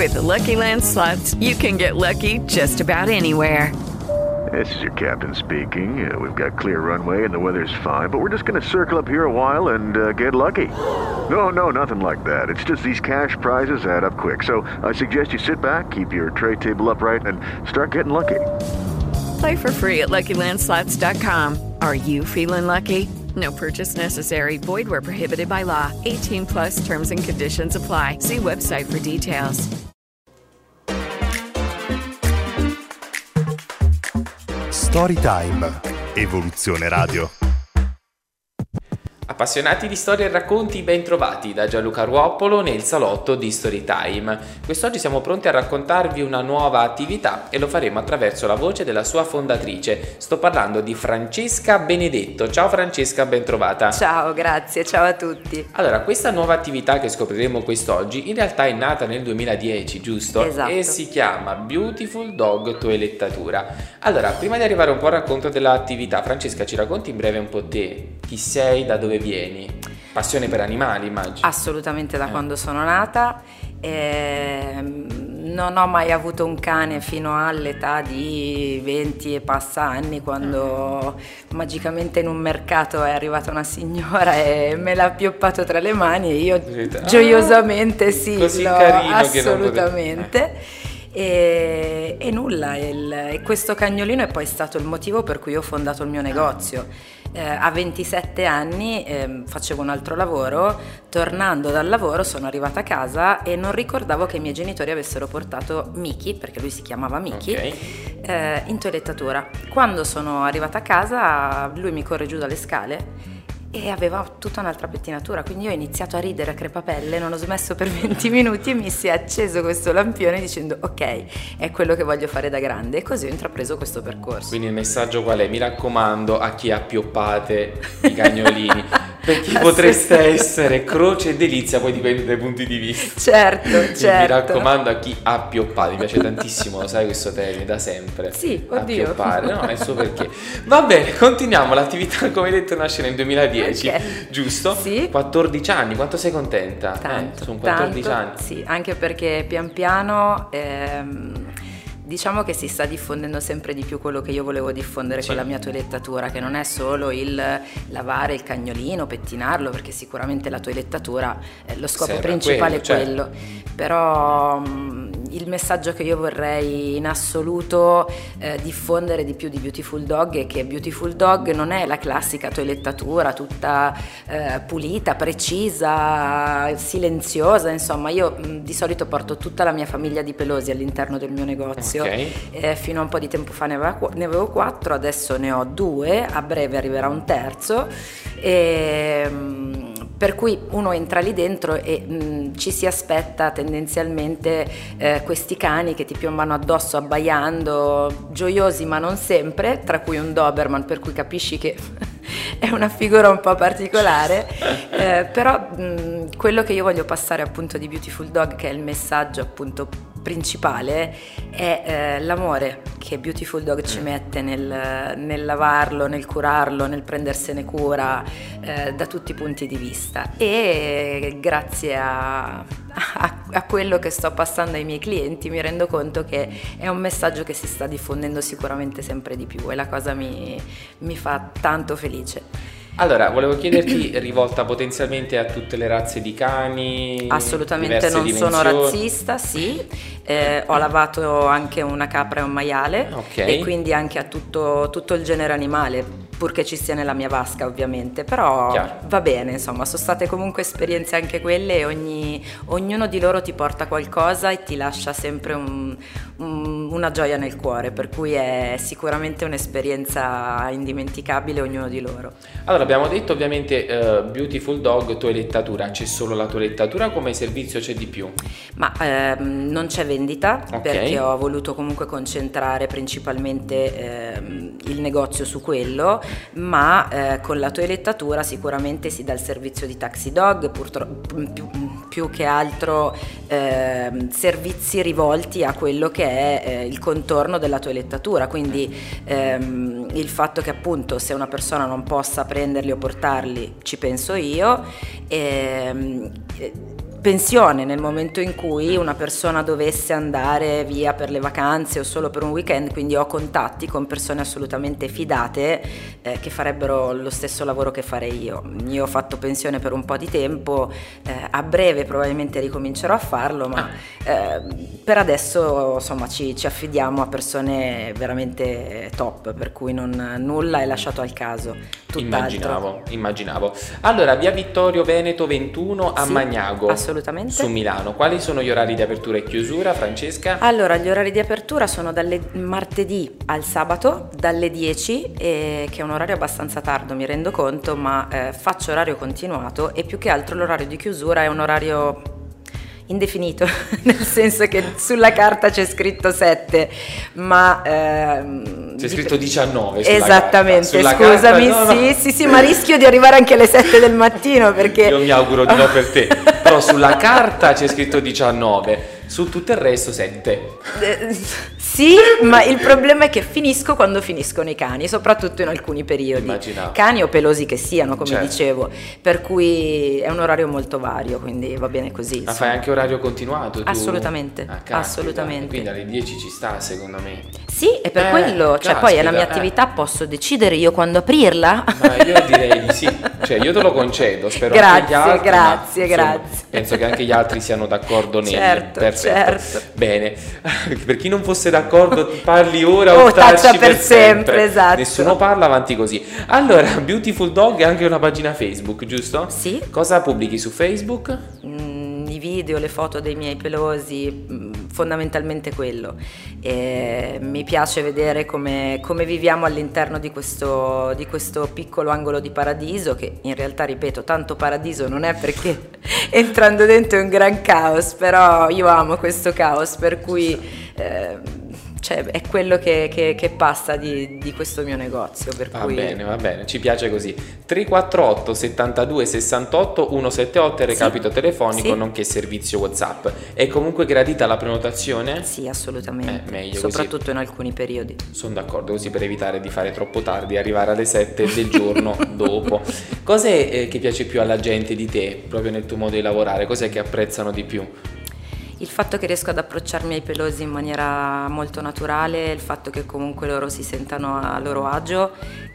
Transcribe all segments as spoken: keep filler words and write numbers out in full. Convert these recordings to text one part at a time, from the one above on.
With the Lucky Land Slots, you can get lucky just about anywhere. This is your captain speaking. Uh, we've got clear runway and the weather's fine, but we're just going to circle up here a while and uh, get lucky. No, no, nothing like that. It's just these cash prizes add up quick. So I suggest you sit back, keep your tray table upright, and start getting lucky. Play for free at Lucky Land Slots dot com. Are you feeling lucky? No purchase necessary. Void where prohibited by law. eighteen plus terms and conditions apply. See website for details. Storytime. Evoluzione Radio. Appassionati di storie e racconti, ben trovati da Gianluca Ruoppolo nel salotto di Storytime. Quest'oggi siamo pronti a raccontarvi una nuova attività e lo faremo attraverso la voce della sua fondatrice. Sto parlando di Francesca Benedetto. Ciao Francesca, ben trovata. Ciao, grazie, ciao a tutti. Allora, questa nuova attività che scopriremo quest'oggi in realtà è nata nel duemiladieci, giusto? Esatto. E si chiama Beautiful Dog Toelettatura. Allora, prima di arrivare un po' al racconto dell'attività, Francesca, ci racconti in breve un po' te? Chi sei, da dove vieni? Passione per animali, immagino. Assolutamente, da eh. quando sono nata. Ehm, non ho mai avuto un cane fino all'età di venti e passa anni, quando mm. magicamente in un mercato è arrivata una signora e me l'ha pioppato tra le mani e io ah, gioiosamente sì, così l'ho, carino assolutamente. Che non potete... E, e nulla, il, e questo cagnolino è poi stato il motivo per cui ho fondato il mio negozio. Eh, a ventisette anni eh, facevo un altro lavoro, tornando dal lavoro sono arrivata a casa e non ricordavo che i miei genitori avessero portato Miki, perché lui si chiamava Miki, okay. eh, in toelettatura. Quando sono arrivata a casa lui mi corre giù dalle scale e aveva tutta un'altra pettinatura, quindi io ho iniziato a ridere a crepapelle, non ho smesso per venti minuti e mi si è acceso questo lampione dicendo ok, è quello che voglio fare da grande, e così ho intrapreso questo percorso. Quindi il messaggio qual è? Mi raccomando a chi ha pioppate i cagnolini, perché potreste essere croce e delizia, poi dipende dai punti di vista. Certo, Quindi certo. Mi raccomando a chi ha pioppate, mi piace tantissimo, lo sai questo termine da sempre. Sì, oddio. A pioppare, no, è il suo perché. Va bene, continuiamo, l'attività come detto nasce nel duemiladieci. Okay. Giusto? Sì. quattordici anni, quanto sei contenta? Tanto, eh, sono quattordici tanto, anni. Sì, anche perché pian piano ehm, diciamo che si sta diffondendo sempre di più quello che io volevo diffondere, sì, con la mia toelettatura, che non è solo il lavare il cagnolino, pettinarlo, perché sicuramente la toelettatura, eh, lo scopo Serve principale quello, è quello, certo. Però mh, il messaggio che io vorrei in assoluto eh, diffondere di più di Beautiful Dog è che Beautiful Dog non è la classica toelettatura tutta eh, pulita, precisa, silenziosa, insomma io mh, di solito porto tutta la mia famiglia di pelosi all'interno del mio negozio. Okay. Eh, fino a un po' di tempo fa ne avevo, ne avevo quattro, adesso ne ho due, a breve arriverà un terzo, e, mh, per cui uno entra lì dentro e mh, ci si aspetta tendenzialmente eh, questi cani che ti piombano addosso abbaiando, gioiosi ma non sempre, tra cui un Doberman, per cui capisci che è una figura un po' particolare, eh, però mh, quello che io voglio passare appunto di Beautiful Dog, che è il messaggio appunto principale, è eh, l'amore che Beautiful Dog ci mette nel, nel lavarlo, nel curarlo, nel prendersene cura eh, da tutti i punti di vista, e grazie a, a, a quello che sto passando ai miei clienti mi rendo conto che è un messaggio che si sta diffondendo sicuramente sempre di più, e la cosa mi, mi fa tanto felice. Allora, volevo chiederti, rivolta potenzialmente a tutte le razze di cani? Assolutamente non dimensioni. sono razzista, sì, eh, ho lavato anche una capra e un maiale, okay. E quindi anche a tutto, tutto il genere animale, purché ci sia nella mia vasca ovviamente, però Chiaro. Va bene, insomma, sono state comunque esperienze anche quelle, e ogni, ognuno di loro ti porta qualcosa e ti lascia sempre un, un, una gioia nel cuore, per cui è sicuramente un'esperienza indimenticabile ognuno di loro. Allora, abbiamo detto ovviamente uh, Beautiful Dog toelettatura, c'è solo la toelettatura, come servizio c'è di più? Ma ehm, non c'è vendita, okay. Perché ho voluto comunque concentrare principalmente ehm, il negozio su quello, ma eh, con la toelettatura sicuramente si dà il servizio di taxi dog, purtroppo più, più che altro eh, servizi rivolti a quello che è eh, il contorno della toelettatura, quindi ehm, il fatto che appunto se una persona non possa prenderli o portarli ci penso io, e, pensione nel momento in cui una persona dovesse andare via per le vacanze o solo per un weekend, quindi ho contatti con persone assolutamente fidate eh, che farebbero lo stesso lavoro che farei io. Io ho fatto pensione per un po' di tempo, eh, a breve probabilmente ricomincerò a farlo, ma eh, per adesso insomma ci, ci affidiamo a persone veramente top, per cui non, nulla è lasciato al caso. Tutt'altro. Immaginavo, immaginavo. Allora, via Vittorio Veneto ventuno a Sì, Magnago, assolutamente. su Milano. Quali sono gli orari di apertura e chiusura, Francesca? Allora, gli orari di apertura sono dalle martedì al sabato, dalle dieci, eh, che è un orario abbastanza tardo, mi rendo conto, ma eh, faccio orario continuato, e più che altro l'orario di chiusura è un orario indefinito, nel senso che sulla carta c'è scritto sette, ma ehm, c'è scritto diciannove sulla esattamente, carta. Sulla scusami, carta, no, sì, no. sì, sì, ma rischio di arrivare anche alle sette del mattino, perché Io mi auguro di no per te, però sulla carta c'è scritto diciannove, su tutto il resto sette. Eh, sì, ma il problema è che finisco quando finiscono i cani, soprattutto in alcuni periodi. Immaginavo. Cani o pelosi che siano, come Certo. dicevo, per cui è un orario molto vario, quindi va bene così. Ma insomma. fai anche orario continuato tu? Assolutamente, Ah, caspita. assolutamente. Quindi alle dieci ci sta, secondo me. Sì, e per Eh, quello, cioè poi è la mia caspita, attività, posso decidere io quando aprirla? Ma io direi di sì, cioè io te lo concedo, spero Grazie, anche gli altri, grazie, ma, insomma, grazie. penso che anche gli altri siano d'accordo nel Certo, perfetto. certo. Bene, per chi non fosse d'accordo parli ora Oh, o tacci taccia per per sempre, esatto. Nessuno parla, avanti così. Allora, Beautiful Dog è anche una pagina Facebook, giusto? Sì. Cosa pubblichi su Facebook? Mm, i video, le foto dei miei pelosi, mm, fondamentalmente quello. E mi piace vedere come, come viviamo all'interno di questo, di questo piccolo angolo di paradiso, che in realtà, ripeto, tanto paradiso non è, perché entrando dentro è un gran caos, però io amo questo caos, per cui eh, cioè, è quello che, che, che passa di, di questo mio negozio, per Va cui... bene, va bene, ci piace così. tre quattro otto settantadue sessantotto centosettantotto, il recapito Sì, telefonico, sì. nonché servizio WhatsApp. È comunque gradita la prenotazione? Sì, assolutamente, Eh, meglio soprattutto in alcuni periodi. Sono d'accordo, così per evitare di fare troppo tardi e arrivare alle sette del giorno dopo. Cos'è eh, che piace più alla gente di te, proprio nel tuo modo di lavorare? Cos'è che apprezzano di più? Il fatto che riesco ad approcciarmi ai pelosi in maniera molto naturale, il fatto che comunque loro si sentano a loro agio,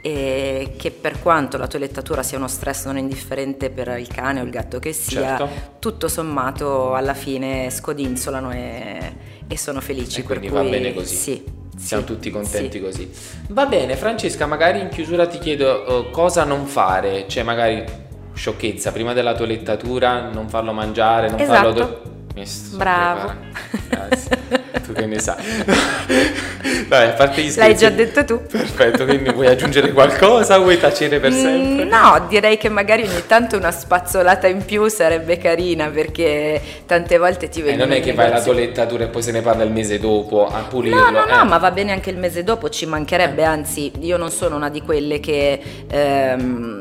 e che per quanto la toilettatura sia uno stress non indifferente per il cane o il gatto che sia, Certo. tutto sommato alla fine scodinzolano e, e sono felici. E quindi per va cui, bene così. Sì. Siamo sì, tutti contenti sì. così. Va bene, Francesca, magari in chiusura ti chiedo uh, cosa non fare, cioè magari sciocchezza, prima della toilettatura non farlo mangiare, non Esatto. farlo... Do- Mi sto Bravo. preparando. Grazie. Tu che ne sai? Vabbè, a parte gli scherzi. L'hai già detto tu. Perfetto, quindi vuoi aggiungere qualcosa? Vuoi tacere per sempre? Mm, no, direi che magari ogni tanto una spazzolata in più sarebbe carina, perché tante volte ti E vengono non è in che fai la negozio- toilettatura e poi se ne parla il mese dopo a pulirlo. No, no, no, eh. ma va bene anche il mese dopo, ci mancherebbe, anzi io non sono una di quelle che ehm,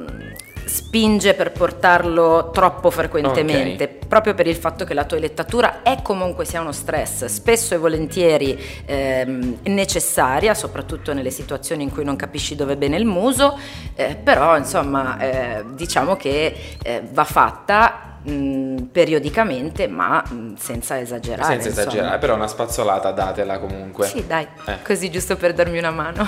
spinge per portarlo troppo frequentemente, proprio per il fatto che la toilettatura è comunque sia uno stress, spesso e volentieri ehm, necessaria, soprattutto nelle situazioni in cui non capisci dove è bene il muso, eh, però insomma eh, diciamo che eh, va fatta mh, periodicamente, ma mh, senza esagerare. Senza insomma. esagerare, però una spazzolata datela comunque. Sì, dai, Eh. così giusto per darmi una mano.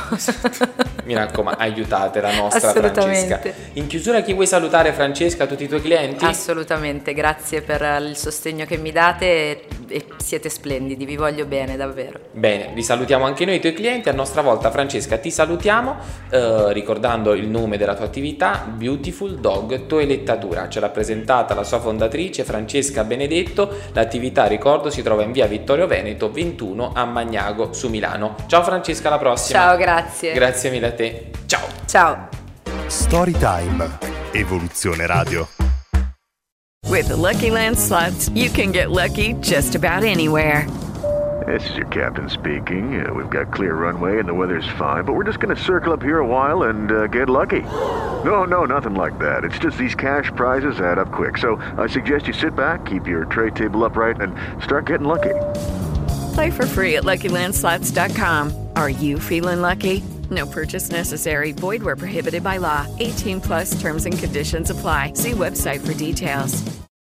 Mi raccomando, aiutate la nostra Assolutamente. Francesca. In chiusura, chi vuoi salutare, Francesca, tutti i tuoi clienti? Assolutamente, grazie per il sostegno che mi date e, e siete splendidi, vi voglio bene davvero. Bene, vi salutiamo anche noi, i tuoi clienti. A nostra volta, Francesca, ti salutiamo eh, ricordando il nome della tua attività, Beautiful Dog Toilettatura. Ce l'ha presentata la sua fondatrice, Francesca Benedetto. L'attività, ricordo, si trova in via Vittorio Veneto ventuno a Magnago, su Milano. Ciao Francesca, alla prossima. Ciao, grazie. Grazie mille a te. Ciao. Ciao. Storytime. Evoluzione Radio. With the Lucky Land Slots, you can get lucky just about anywhere. This is your captain speaking. Uh, we've got clear runway and the weather's fine, but we're just going to circle up here a while and uh, get lucky. No, no, nothing like that. It's just these cash prizes add up quick. So I suggest you sit back, keep your tray table upright, and start getting lucky. Play for free at Lucky Land Slots dot com. Are you feeling lucky? No purchase necessary. Void where prohibited by law. eighteen plus terms and conditions apply. See website for details.